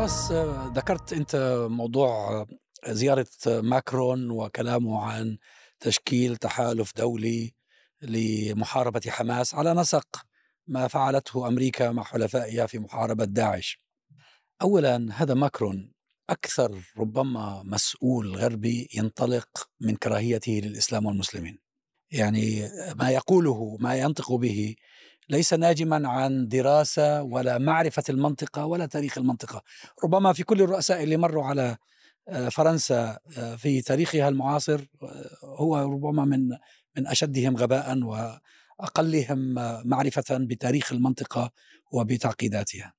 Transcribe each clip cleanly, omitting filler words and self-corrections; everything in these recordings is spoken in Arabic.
فراس، ذكرت أنت موضوع زيارة ماكرون وكلامه عن تشكيل تحالف دولي لمحاربة حماس على نسق ما فعلته أمريكا مع حلفائها في محاربة داعش. أولا، هذا ماكرون أكثر ربما مسؤول غربي ينطلق من كراهيته للإسلام والمسلمين. يعني ما يقوله، ما ينطق به ليس ناجما عن دراسة ولا معرفة المنطقة ولا تاريخ المنطقة. ربما في كل الرؤساء اللي مروا على فرنسا في تاريخها المعاصر، هو ربما من أشدهم غباء وأقلهم معرفة بتاريخ المنطقة وبتعقيداتها.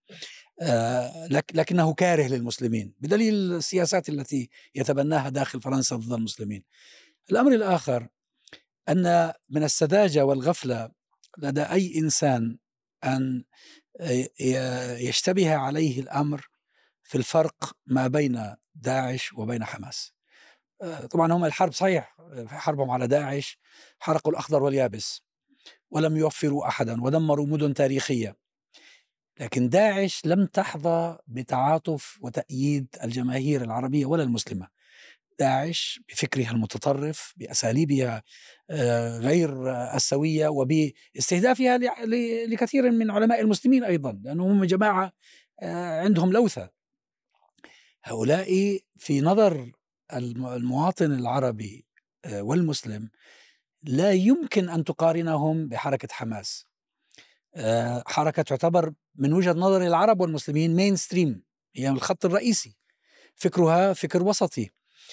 لكنه كاره للمسلمين بدليل السياسات التي يتبناها داخل فرنسا ضد المسلمين. الأمر الآخر أن من السذاجة والغفلة لدى أي إنسان أن يشتبه عليه الأمر في الفرق ما بين داعش وبين حماس. طبعا هم الحرب صحيح، حربهم على داعش حرقوا الأخضر واليابس ولم يوفروا أحدا ودمروا مدن تاريخية، لكن داعش لم تحظى بتعاطف وتأييد الجماهير العربية ولا المسلمة. داعش بفكرها المتطرف، بأساليبها غير السوية، وباستهدافها لكثير من علماء المسلمين أيضا، لأنهم جماعة عندهم لوثة. هؤلاء في نظر المواطن العربي والمسلم لا يمكن أن تقارنهم بحركة حماس. حركة تعتبر من وجهة نظر العرب والمسلمين مين ستريم، هي الخط الرئيسي، فكرها فكر وسطي.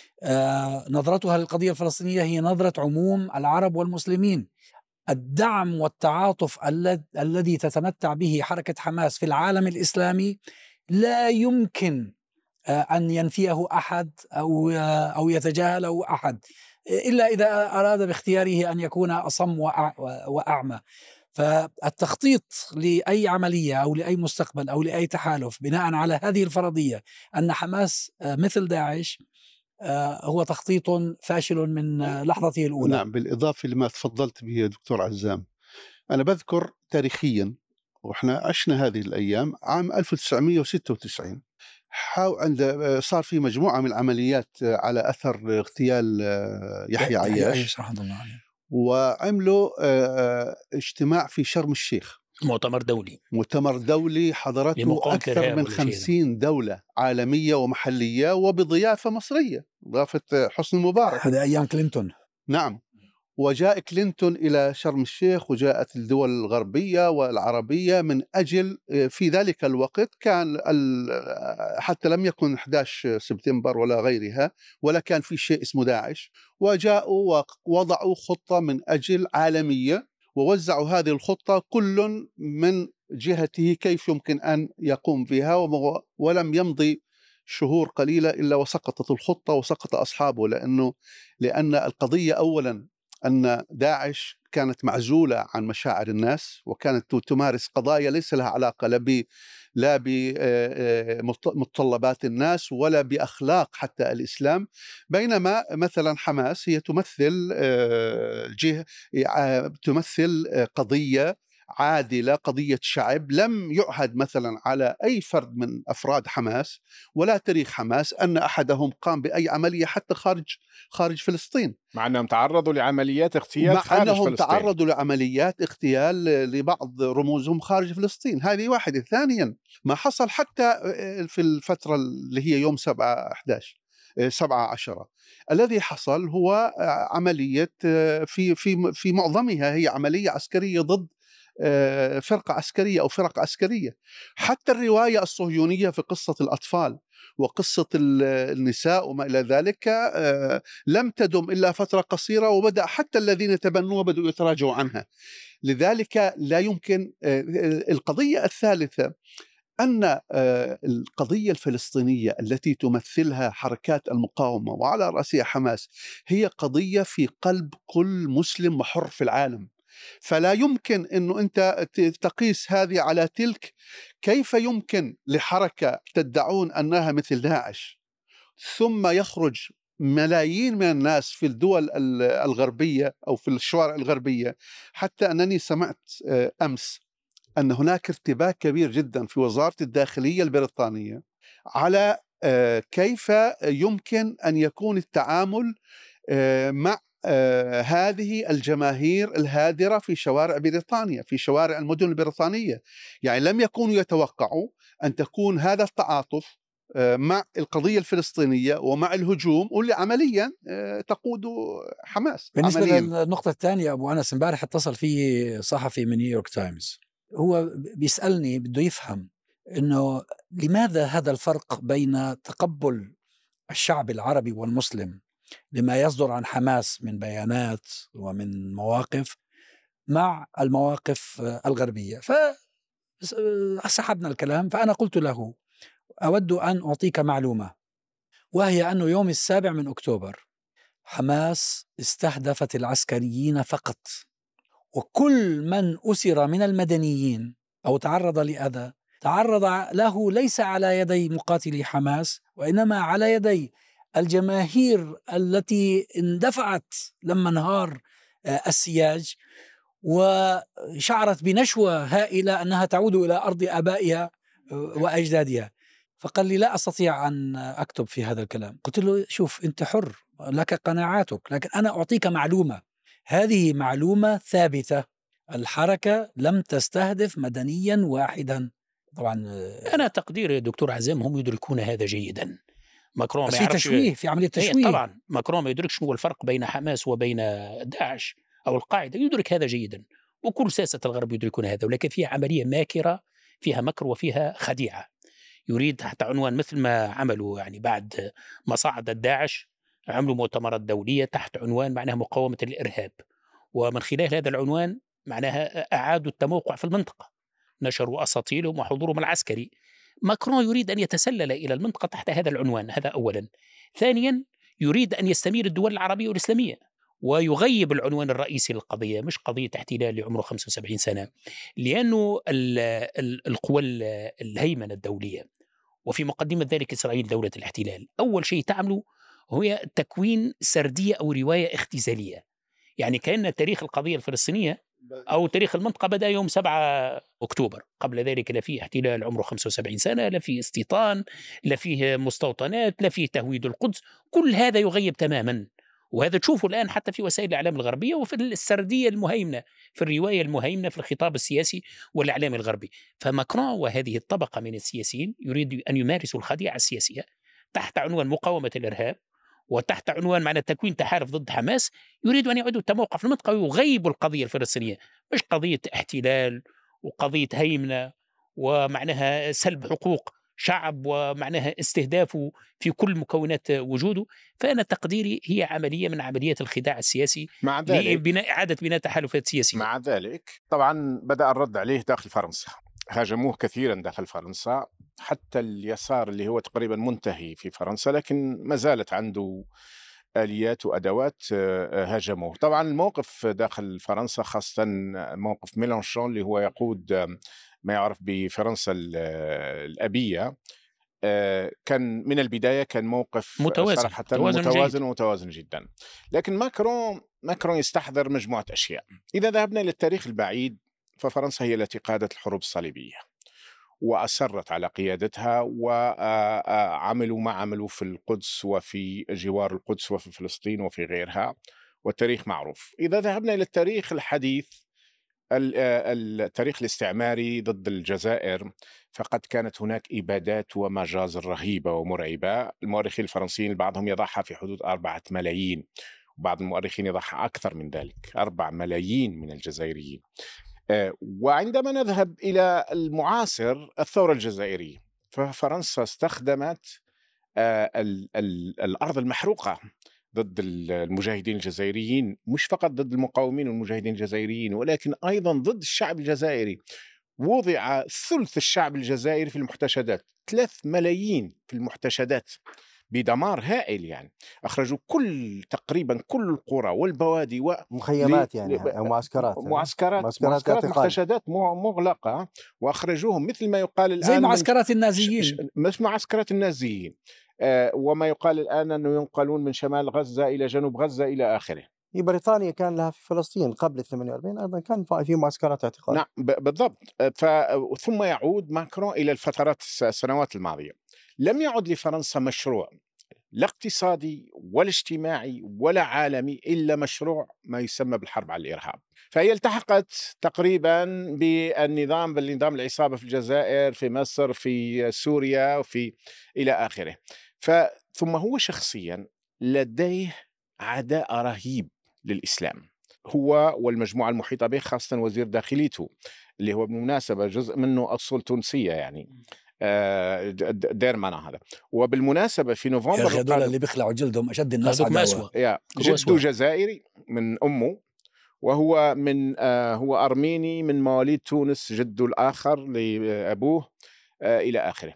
نظرتها للقضية الفلسطينية هي نظرة عموم العرب والمسلمين. الدعم والتعاطف الذي تتمتع به حركة حماس في العالم الإسلامي لا يمكن أن ينفيه أحد أو يتجاهله أحد، إلا إذا أراد باختياره أن يكون أصم وأعمى. فالتخطيط لأي عملية أو لأي مستقبل أو لأي تحالف بناء على هذه الفرضية أن حماس مثل داعش هو تخطيط فاشل من لحظته الأولى. نعم، بالإضافة لما تفضلت به يا دكتور عزام، أنا بذكر تاريخيا وإحنا عشنا هذه الأيام عام 1996 عند صار في مجموعة من العمليات على أثر اغتيال يحيى عياش رحمه الله عليه، وعملوا اجتماع في شرم الشيخ، مؤتمر دولي حضرته أكثر من 50 دولة عالمية ومحلية وبضيافة مصرية، ضافة حسني مبارك. هذا أيام كلينتون. نعم، وجاء كلينتون إلى شرم الشيخ وجاءت الدول الغربية والعربية من أجل في ذلك الوقت كان حتى لم يكن 11 سبتمبر ولا غيرها، ولا كان في شيء اسمه داعش، وجاءوا ووضعوا خطة من أجل عالمية ووزعوا هذه الخطة كل من جهته كيف يمكن أن يقوم بها، ولم يمضي شهور قليلة إلا وسقطت الخطة وسقط أصحابه، لأن القضية أولا أن داعش كانت معزولة عن مشاعر الناس وكانت تمارس قضايا ليس لها علاقة لا بمتطلبات الناس ولا بأخلاق حتى الإسلام، بينما مثلا حماس هي تمثل قضية عادلة، قضية شعب. لم يعهد مثلا على أي فرد من أفراد حماس ولا تاريخ حماس أن أحدهم قام بأي عملية حتى خارج فلسطين، مع أنهم تعرضوا لعمليات اغتيال خارج فلسطين. تعرضوا لعمليات اغتيال لبعض رموزهم خارج فلسطين. هذه واحدة. ثانيا، ما حصل حتى في الفترة اللي هي يوم 7/10 الذي حصل هو عملية في معظمها هي عملية عسكرية ضد فرقة عسكرية أو فرق عسكرية. حتى الرواية الصهيونية في قصة الأطفال وقصة النساء وما إلى ذلك لم تدم إلا فترة قصيرة، وبدأ حتى الذين تبنوها بدأوا يتراجعوا عنها. لذلك لا يمكن. القضية الثالثة أن القضية الفلسطينية التي تمثلها حركات المقاومة وعلى رأسها حماس هي قضية في قلب كل مسلم وحر في العالم، فلا يمكن أنه أنت تقيس هذه على تلك. كيف يمكن لحركة تدعون أنها مثل داعش ثم يخرج ملايين من الناس في الدول الغربية أو في الشوارع الغربية؟ حتى أنني سمعت أمس أن هناك ارتباك كبير جدا في وزارة الداخلية البريطانية على كيف يمكن أن يكون التعامل مع هذه الجماهير الهادرة في شوارع بريطانيا، في شوارع المدن البريطانية. يعني لم يكونوا يتوقعوا أن تكون هذا التعاطف مع القضية الفلسطينية ومع الهجوم واللي عمليا تقود حماس. بالنسبة عملياً. للنقطة الثانية أبو أنس، امبارح اتصل في صحفي من نيويورك تايمز، هو بيسألني بده يفهم إنه لماذا هذا الفرق بين تقبل الشعب العربي والمسلم لما يصدر عن حماس من بيانات ومن مواقف مع المواقف الغربية. فسحبنا الكلام، فأنا قلت له أود أن أعطيك معلومة، وهي أنه يوم 7 أكتوبر حماس استهدفت العسكريين فقط، وكل من أسر من المدنيين أو تعرض لأذى تعرض له ليس على يدي مقاتلي حماس، وإنما على يدي الجماهير التي اندفعت لما انهار السياج وشعرت بنشوة هائلة أنها تعود إلى أرض آبائها وأجدادها. فقال لي لا أستطيع أن أكتب في هذا الكلام. قلت له شوف، أنت حر، لك قناعاتك، لكن أنا أعطيك معلومة، هذه معلومة ثابتة، الحركة لم تستهدف مدنيا واحدا. طبعا أنا تقدير دكتور عزام هم يدركون هذا جيدا. ماكرون بس ما في يعرفش، تشويه، في عملية تشويه. طبعا ماكرون ما يدركش هو الفرق بين حماس وبين داعش أو القاعدة، يدرك هذا جيدا، وكل ساسة الغرب يدركون هذا، ولكن فيها عملية ماكرة، فيها مكر وفيها خديعة. يريد تحت عنوان مثل ما عملوا يعني بعد ما صعد الداعش، عملوا مؤتمرات دولية تحت عنوان معناها مقاومة الإرهاب، ومن خلال هذا العنوان معناها أعادوا التموقع في المنطقة، نشروا أساطيلهم وحضورهم العسكري. ماكرون يريد أن يتسلل إلى المنطقة تحت هذا العنوان، هذا أولا. ثانيا، يريد أن يستمير الدول العربية والإسلامية ويغيب العنوان الرئيسي للقضية، مش قضية احتلال اللي عمره 75 سنة، لأنه القوى الهيمنة الدولية وفي مقدمة ذلك إسرائيل دولة الاحتلال أول شيء تعمله هو تكوين سردية أو رواية اختزالية. يعني كأن تاريخ القضية الفلسطينية أو تاريخ المنطقة بدأ يوم 7 أكتوبر، قبل ذلك لا فيه احتلال عمره 75 سنة، لا فيه استيطان، لا فيه مستوطنات، لا فيه تهويد القدس، كل هذا يغيب تماما. وهذا تشوفه الآن حتى في وسائل الإعلام الغربية وفي السردية المهيمنة، في الرواية المهيمنة في الخطاب السياسي والإعلام الغربي. فماكرون وهذه الطبقة من السياسيين يريد أن يمارسوا الخديعة السياسية تحت عنوان مقاومة الإرهاب وتحت عنوان معنى تكوين تحالف ضد حماس. يريد أن يعيدوا التموقع في المنطقة ويغيبوا القضية الفلسطينية، مش قضية احتلال وقضية هيمنة ومعناها سلب حقوق شعب ومعناها استهدافه في كل مكونات وجوده. فأنا تقديري هي عملية من عمليات الخداع السياسي مع ذلك إعادة بناء تحالفات سياسية. مع ذلك طبعا بدأ الرد عليه داخل فرنسا، هاجموه كثيرا داخل فرنسا، حتى اليسار اللي هو تقريبا منتهي في فرنسا لكن ما زالت عنده آليات وأدوات هاجموه. طبعا الموقف داخل فرنسا خاصة موقف ميلانشون اللي هو يقود ما يعرف بفرنسا الأبية، كان من البداية كان موقف صراحة متوازن جدا. لكن ماكرون يستحضر مجموعة أشياء. إذا ذهبنا للتاريخ البعيد ففرنسا هي التي قادت الحروب الصليبية وأصرت على قيادتها، وعملوا ما عملوا في القدس وفي جوار القدس وفي فلسطين وفي غيرها، والتاريخ معروف. إذا ذهبنا إلى التاريخ الحديث، التاريخ الاستعماري ضد الجزائر، فقد كانت هناك إبادات ومجازر رهيبة ومرعبة. المؤرخين الفرنسيين بعضهم يضعها في حدود 4 ملايين، وبعض المؤرخين يضعها أكثر من ذلك، 4 ملايين من الجزائريين. وعندما نذهب إلى المعاصر، الثورة الجزائرية، ففرنسا استخدمت الأرض المحروقة ضد المجاهدين الجزائريين، مش فقط ضد المقاومين والمجاهدين الجزائريين ولكن أيضا ضد الشعب الجزائري. وضع ثلث الشعب الجزائري في المحتشدات، 3 ملايين في المحتشدات بدمار هائل. يعني أخرجوا تقريبا كل القرى والبوادي ومخيمات أو معسكرات محتشدات مغلقة، وأخرجوهم مثل ما يقال الآن زي معسكرات النازيين، مثل معسكرات النازيين، وما يقال الآن أنه ينقلون من شمال غزة إلى جنوب غزة إلى آخره. هي بريطانيا كان لها في فلسطين قبل 48 أيضا كان في معسكرات اعتقال. نعم بالضبط. ثم يعود ماكرون إلى السنوات الماضية. لم يعد لفرنسا مشروع لا اقتصادي ولا اجتماعي ولا عالمي إلا مشروع ما يسمى بالحرب على الإرهاب. فهي التحقت تقريبا بالنظام العصابة في الجزائر، في مصر، في سوريا، وفي إلى آخره. ثم هو شخصيا لديه عداء رهيب للإسلام، هو والمجموعة المحيطة به، خاصة وزير داخليته اللي هو بالمناسبة جزء منه أصول تونسية، يعني ديرمانا هذا. وبالمناسبة في نوفمبر يا هذول اللي بيخلعوا جلدهم أشد الناس عداوة. جده جزائري من أمه، وهو من هو أرميني من مواليد تونس، جده الآخر لأبوه إلى آخره.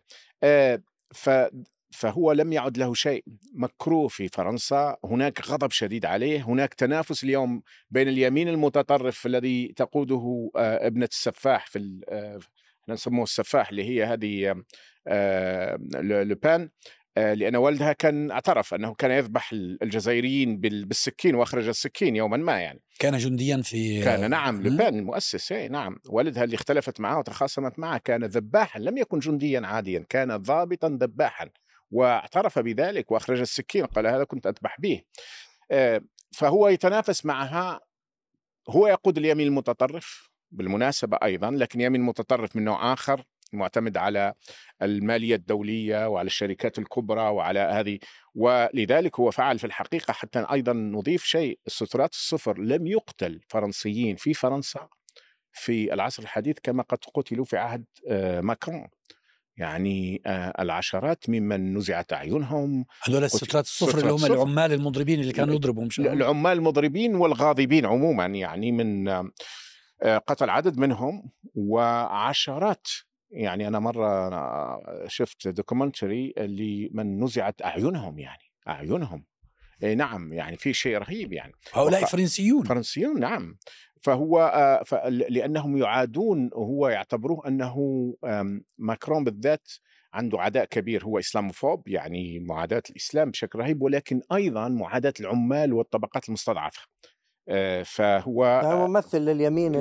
فهو لم يعد له شيء، مكروه في فرنسا، هناك غضب شديد عليه، هناك تنافس اليوم بين اليمين المتطرف الذي تقوده ابنة السفاح نسموه السفاح اللي هي هذه لوبان، لأن والدها كان اعترف أنه كان يذبح الجزائريين بالسكين وأخرج السكين يوما ما، يعني كان جنديا كان نعم لوبان المؤسس، نعم والدها اللي اختلفت معه وتخاصمت معه كان ذباحا، لم يكن جنديا عاديا، كان ضابطا ذباحا، واعترف بذلك وأخرج السكين، قال هذا كنت أذبح به. فهو يتنافس معها، هو يقود اليمين المتطرف بالمناسبة أيضا، لكن يمين متطرف من نوع آخر معتمد على المالية الدولية وعلى الشركات الكبرى وعلى هذه، ولذلك هو فعل في الحقيقة. حتى أيضا نضيف شيء، السترات الصفر، لم يقتل فرنسيين في فرنسا في العصر الحديث كما قد قتلوا في عهد ماكرون، يعني العشرات ممن نزعت أعينهم. هذول السترات الصفر اللي هم العمال المضربين اللي كانوا يضربوا، العمال المضربين والغاضبين عموما، يعني من قتل عدد منهم وعشرات. يعني أنا مرة شفت دوكومنتري لمن نزعت أعينهم، يعني أعينهم، نعم، يعني في شيء رهيب. يعني هؤلاء فرنسيون نعم. فهو لأنهم يعادون، هو يعتبروه أنه ماكرون بالذات عنده عداء كبير، هو إسلاموفوب، يعني معاداة الإسلام بشكل رهيب، ولكن أيضا معاداة العمال والطبقات المستضعفة. فهو ممثل لليمين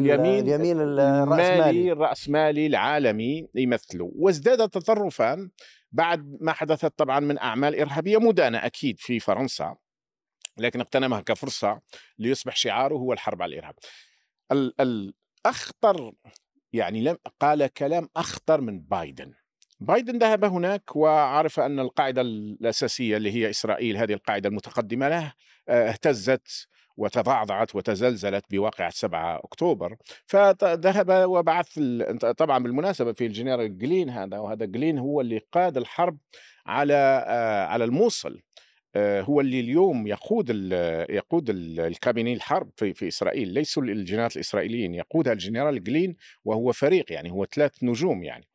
الرأسمالي العالمي يمثله، وازداد تطرفا بعد ما حدثت طبعا من أعمال إرهابية مدانة أكيد في فرنسا، لكن اغتنمها كفرصة ليصبح شعاره هو الحرب على الإرهاب. الأخطر، يعني قال كلام أخطر من بايدن ذهب هناك وعرف أن القاعدة الأساسية اللي هي إسرائيل، هذه القاعدة المتقدمة له، اهتزت وتضعضعت وتزلزلت بواقعة 7 أكتوبر، فذهب وبعث طبعا بالمناسبة في الجنرال جلين وهذا جلين هو اللي قاد الحرب على الموصل، هو اللي اليوم يقود الكابيني الحرب في إسرائيل، ليسوا الجنرالات الإسرائيليين، يقودها الجنرال جلين، وهو فريق، يعني هو 3 نجوم، يعني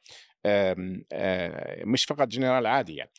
مش فقط جنرال عادي. يعني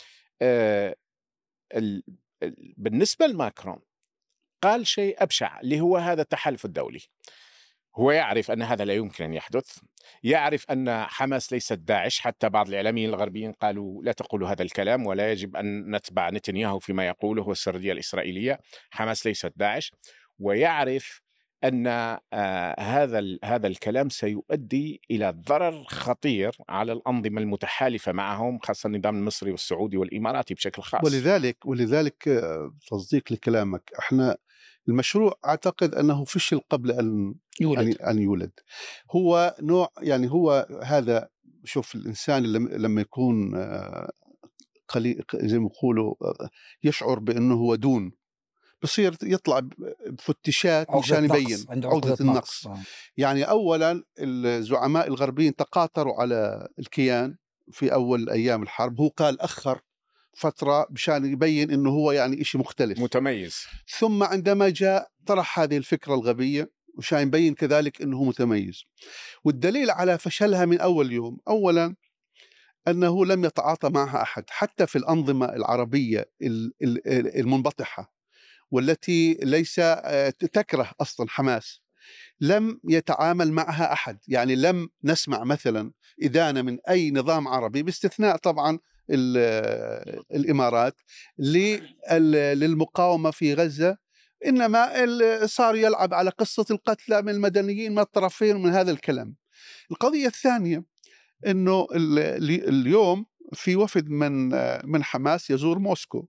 بالنسبة لماكرون قال شيء أبشع اللي هو هذا التحالف الدولي. هو يعرف أن هذا لا يمكن أن يحدث، يعرف أن حماس ليست داعش، حتى بعض الإعلاميين الغربيين قالوا لا تقولوا هذا الكلام ولا يجب أن نتبع نتنياهو فيما يقوله والسردية الإسرائيلية، حماس ليست داعش، ويعرف أن هذا الكلام سيؤدي إلى ضرر خطير على الأنظمة المتحالفة معهم، خاصة النظام المصري والسعودي والإماراتي بشكل خاص. ولذلك تصديق لكلامك، احنا المشروع أعتقد أنه فشل قبل أن يولد. هو نوع، يعني هو هذا، شوف الإنسان لما يكون زي ما يقولوا يشعر بأنه هو دون، بصير يطلع بفتشات مشان يبين عقدة النقص. يعني أولا الزعماء الغربيين تقاطروا على الكيان في أول أيام الحرب، هو قال أخر فترة مشان يبين إنه هو يعني إشي مختلف متميز، ثم عندما جاء طرح هذه الفكرة الغبية مشان يبين كذلك إنه متميز. والدليل على فشلها من أول يوم، أولا أنه لم يتعاطى معها أحد، حتى في الأنظمة العربية المنبطحة والتي ليس تكره أصلا حماس، لم يتعامل معها أحد. يعني لم نسمع مثلا إدانة من أي نظام عربي باستثناء طبعا الإمارات للمقاومة في غزة إنما صار يلعب على قصة القتلى من المدنيين من الطرفين ومن هذا الكلام. القضية الثانية إنه اليوم في وفد من حماس يزور موسكو.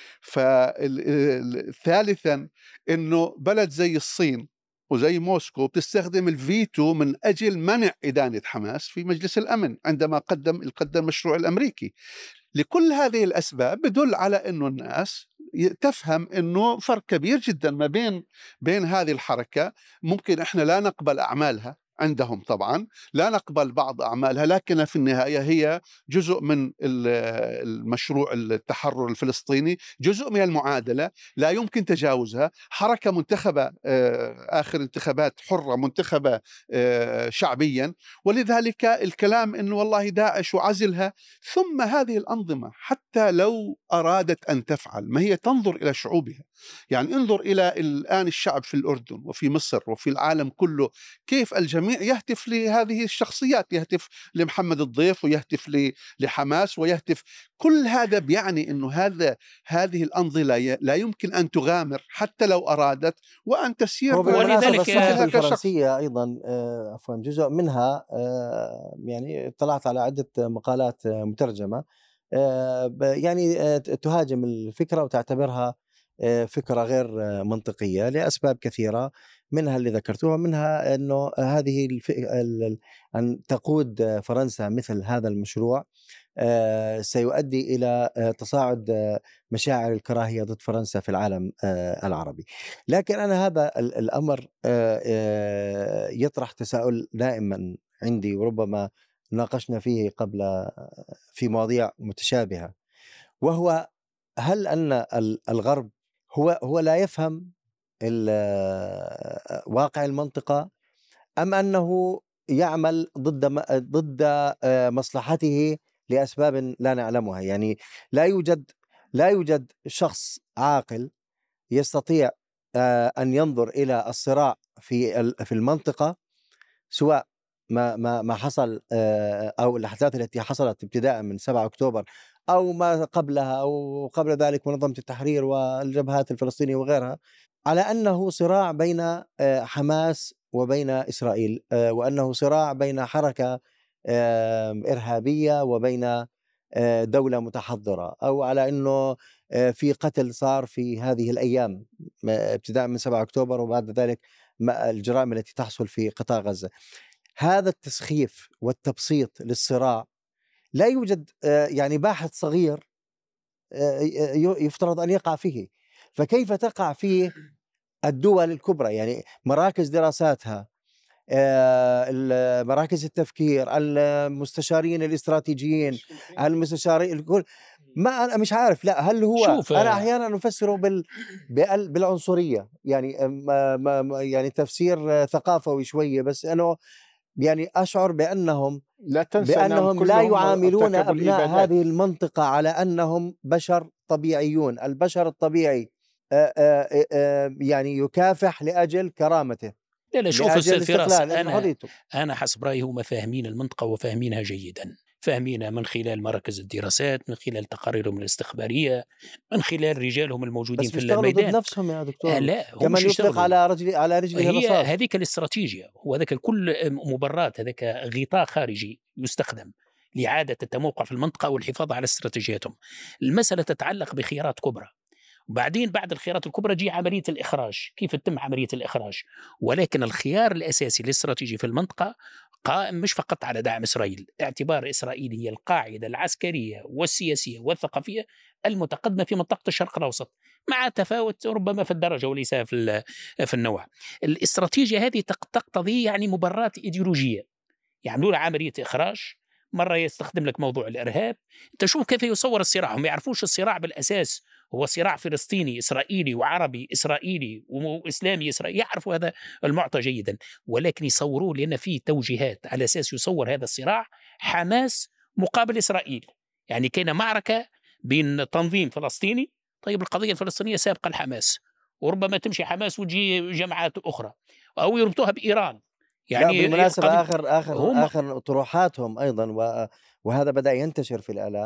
ثالثا إنه بلد زي الصين وزي موسكو بتستخدم الفيتو من أجل منع إدانة حماس في مجلس الأمن عندما قدم المشروع الأمريكي. لكل هذه الأسباب بدل على أنه الناس تفهم أنه فرق كبير جدا ما بين هذه الحركة. ممكن إحنا لا نقبل أعمالها عندهم، طبعا لا نقبل بعض أعمالها، لكن في النهاية هي جزء من المشروع التحرر الفلسطيني، جزء من المعادلة لا يمكن تجاوزها. حركة منتخبة، آخر انتخابات حرة منتخبة شعبيا، ولذلك الكلام أنه والله داعش وعزلها. ثم هذه الأنظمة حتى لو أرادت أن تفعل، ما هي تنظر إلى شعوبها. يعني انظر إلى الآن الشعب في الأردن وفي مصر وفي العالم كله، كيف الجميع يهتف لهذه الشخصيات، يهتف لمحمد الضيف ويهتف لحماس ويهتف. كل هذا بيعني أنه هذه الأنظمة لا يمكن أن تغامر حتى لو أرادت وأن تسير. ولذلك الصحف الفرنسية أيضا عفوا جزء منها يعني اطلعت على عدة مقالات مترجمة يعني تهاجم الفكرة وتعتبرها فكرة غير منطقية لأسباب كثيرة، منها اللي ذكرتوها، منها أنه هذه أن تقود فرنسا مثل هذا المشروع سيؤدي إلى تصاعد مشاعر الكراهية ضد فرنسا في العالم العربي. لكن أنا هذا الأمر يطرح تساؤل دائما عندي، وربما ناقشنا فيه قبل في مواضيع متشابهة، وهو هل أن الغرب هو لا يفهم واقع المنطقة، أم أنه يعمل ضد مصلحته لأسباب لا نعلمها؟ يعني لا يوجد شخص عاقل يستطيع أن ينظر إلى الصراع في المنطقة، سواء ما حصل أو الأحداث التي حصلت ابتداء من 7 أكتوبر أو ما قبلها أو قبل ذلك منظمة التحرير والجبهات الفلسطينية وغيرها، على أنه صراع بين حماس وبين إسرائيل، وأنه صراع بين حركة إرهابية وبين دولة متحضرة، أو على أنه في قتل صار في هذه الأيام ابتداء من 7 أكتوبر وبعد ذلك الجرائم التي تحصل في قطاع غزة. هذا التسخيف والتبسيط للصراع لا يوجد يعني باحث صغير يفترض أن يقع فيه، فكيف تقع فيه الدول الكبرى؟ يعني مراكز دراساتها، مراكز التفكير، المستشارين الاستراتيجيين، المستشارين الكل، ما أنا مش عارف. لا، هل هو أنا أحيانا أفسره بالعنصرية، يعني يعني تفسير ثقافوي شوية، بس أنا يعني أشعر بأنهم لا يعاملون أبناء هذه المنطقة على أنهم بشر طبيعيون. البشر الطبيعي يعني يكافح لأجل كرامته. لا شوف فراس، أنا حسب رأيي هم فاهمين المنطقة وفاهمينها جيدا، فاهمينها من خلال مراكز الدراسات، من خلال تقاريرهم الاستخبارية، من خلال رجالهم الموجودين في الميدان. ضد نفسهم يا دكتور، لا، هم كمان يطلق على رجله هي رصاص. هذيك الاستراتيجية، وهذاك كل مبررات، هذاك غطاء خارجي يستخدم لإعادة التموقع في المنطقة والحفاظ على استراتيجيتهم. المسألة تتعلق بخيارات كبرى، وبعدين بعد الخيارات الكبرى جي عملية الإخراج، كيف تتم عملية الإخراج. ولكن الخيار الأساسي الاستراتيجي في المنطقة قائم مش فقط على دعم إسرائيل، اعتبار إسرائيل هي القاعدة العسكرية والسياسية والثقافية المتقدمة في منطقة الشرق الأوسط، مع تفاوت ربما في الدرجة وليس في النوع. الاستراتيجية هذه تقتضي يعني مبررات إيديولوجية، يعملوا له عملية إخراج، مرة يستخدم لك موضوع الإرهاب. أنت شوف كيف يصور الصراع، هم يعرفوش الصراع بالأساس هو صراع فلسطيني إسرائيلي وعربي إسرائيلي وإسلامي إسرائيلي، يعرفوا هذا المعطى جيدا، ولكن يصوروه لأن فيه توجيهات على أساس يصور هذا الصراع حماس مقابل إسرائيل. يعني كان معركة بين تنظيم فلسطيني، طيب القضية الفلسطينية سابقة الحماس، وربما تمشي حماس وتجي جماعات أخرى أو يربطوها بإيران. يعني بالمناسبة آخر طروحاتهم أيضا، وهذا بدأ ينتشر في الإعلام،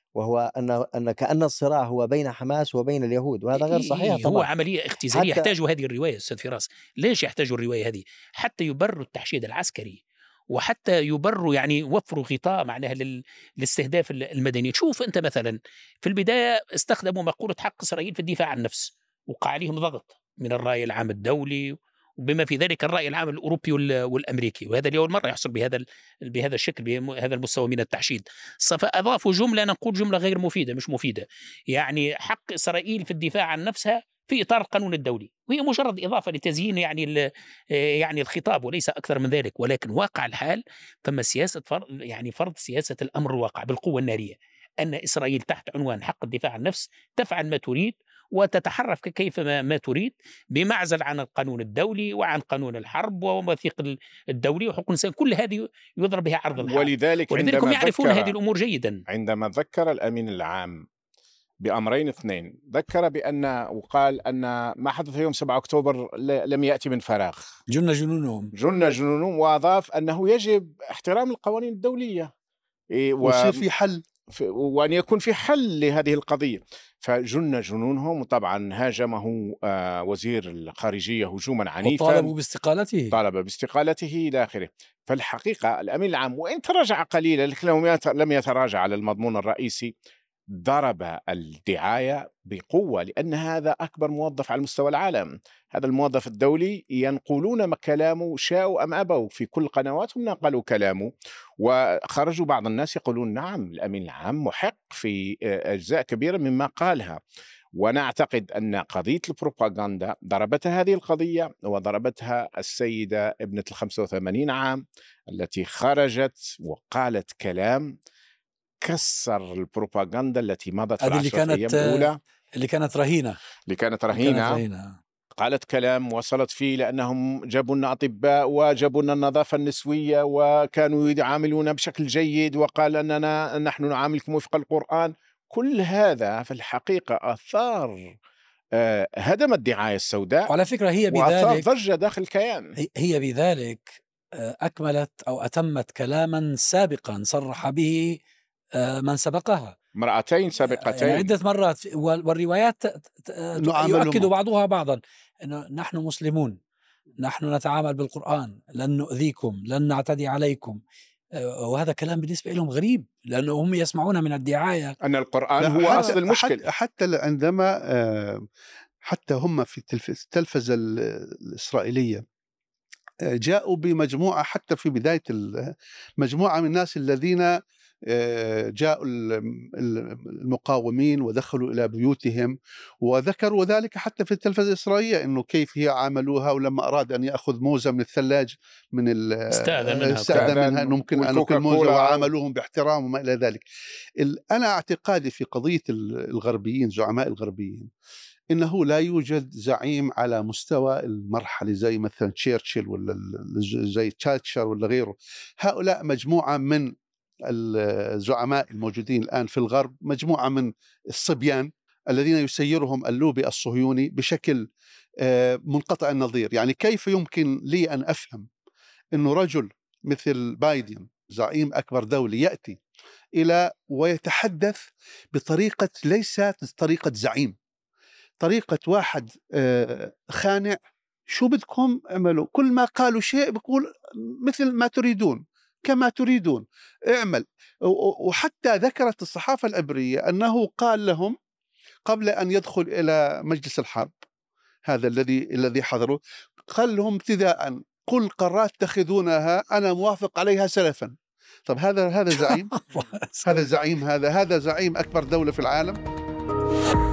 وهو أن كأن الصراع هو بين حماس وبين اليهود، وهذا غير صحيح طبعا. هو عملية اختزالية يحتاجوا هذه الرواية أستاذ فراس. ليش يحتاجوا الرواية هذه؟ حتى يبروا التحشيد العسكري، وحتى يبروا يعني يوفروا غطاء معناها لاستهداف المدنيين. شوف أنت مثلا في البداية استخدموا مقولة حق إسرائيل في الدفاع عن النفس، وقع عليهم ضغط من الرأي العام الدولي وبما في ذلك الرأي العام الأوروبي والأمريكي، وهذا اليوم مرة يحصل بهذا الشكل، بهذا المستوى من التحشيد. فأضافوا جملة، نقول جملة غير مفيدة، مش مفيدة، يعني حق إسرائيل في الدفاع عن نفسها في إطار القانون الدولي، وهي مجرد إضافة لتزيين يعني الخطاب وليس أكثر من ذلك. ولكن واقع الحال ثم سياسة فرض سياسة الأمر الواقع بالقوة النارية، أن إسرائيل تحت عنوان حق الدفاع عن النفس تفعل ما تريد وتتحرك كيف ما تريد، بمعزل عن القانون الدولي وعن قانون الحرب ومواثيق الدولي وحقوق الإنسان. كل هذه يضرب بها عرض الحال، ولذلك هم يعرفون هذه الأمور جيدا. عندما ذكر الأمين العام بأمرين اثنين، ذكر بأن وقال أن ما حدث يوم 7 أكتوبر لم يأتي من فراغ، جن جنونهم، وأضاف أنه يجب احترام القوانين الدولية ويصير في حل، وأن يكون في حل لهذه القضية. فجن جنونهم، وطبعا هاجمه وزير الخارجية هجوما عنيفا، طالب باستقالته إلى آخره. فالحقيقة الأمين العام وإن تراجع قليلا لكنه لم يتراجع على المضمون الرئيسي، ضرب الدعاية بقوة، لأن هذا أكبر موظف على مستوى العالم، هذا الموظف الدولي ينقلون كلامه شاءوا أم أبوا، في كل قنواتهم نقلوا كلامه، وخرجوا بعض الناس يقولون نعم الأمين العام محق في أجزاء كبيرة مما قالها. وأنا أعتقد أن قضية البروباغندا ضربتها هذه القضية، وضربتها السيدة ابنة 85 عام التي خرجت وقالت كلام كسر البروباغندا التي مضت في العشرة أيام الأولى، اللي كانت رهينة. قالت كلام وصلت فيه لأنهم جابوا لنا أطباء وجابوا لنا النظافة النسوية وكانوا يعاملونا بشكل جيد، وقال أننا نحن نعاملكم وفق القرآن. كل هذا في الحقيقة أثار هدم الدعاية السوداء، وعلى فكرة هي بذلك ضجة داخل الكيان. هي بذلك أكملت أو أتمت كلاما سابقا صرح به من سبقها، امرأتين سابقتين يعني عدة مرات، والروايات يؤكد بعضها بعضا أنه نحن مسلمون، نحن نتعامل بالقرآن، لن نؤذيكم، لن نعتدي عليكم. وهذا كلام بالنسبة لهم غريب، لأنه هم يسمعون من الدعاية أن القرآن هو أصل المشكل. حتى عندما حتى هم في التلفزة الإسرائيلية جاءوا بمجموعة، حتى في بداية مجموعة من الناس الذين جاءوا المقاومين ودخلوا إلى بيوتهم، وذكروا ذلك حتى في التلفزة الإسرائيلية أنه كيف هي عاملوها، ولما أراد أن يأخذ موزة من الثلاج استأذن منها أنه ممكن أن يأكل موزة، وعاملوهم باحترام وما إلى ذلك. أنا اعتقادي في قضية الغربيين، زعماء الغربيين، إنه لا يوجد زعيم على مستوى المرحلة زي مثلا تشرشل ولا زي تاتشر ولا غيره. هؤلاء مجموعة من الزعماء الموجودين الآن في الغرب، مجموعة من الصبيان الذين يسيرهم اللوبي الصهيوني بشكل منقطع النظير. يعني كيف يمكن لي أن أفهم أنه رجل مثل بايدن زعيم أكبر دولي يأتي إلى ويتحدث بطريقة ليست طريقة زعيم، طريقة واحد خانع، شو بدكم اعملوا، كل ما قالوا شيء بيقول مثل ما تريدون، كما تريدون اعمل. وحتى ذكرت الصحافة العبرية أنه قال لهم قبل أن يدخل إلى مجلس الحرب هذا الذي حضروا، قال لهم ابتداء كل قرارات تأخذونها أنا موافق عليها سلفا. طب هذا زعيم؟ هذا زعيم أكبر دولة في العالم؟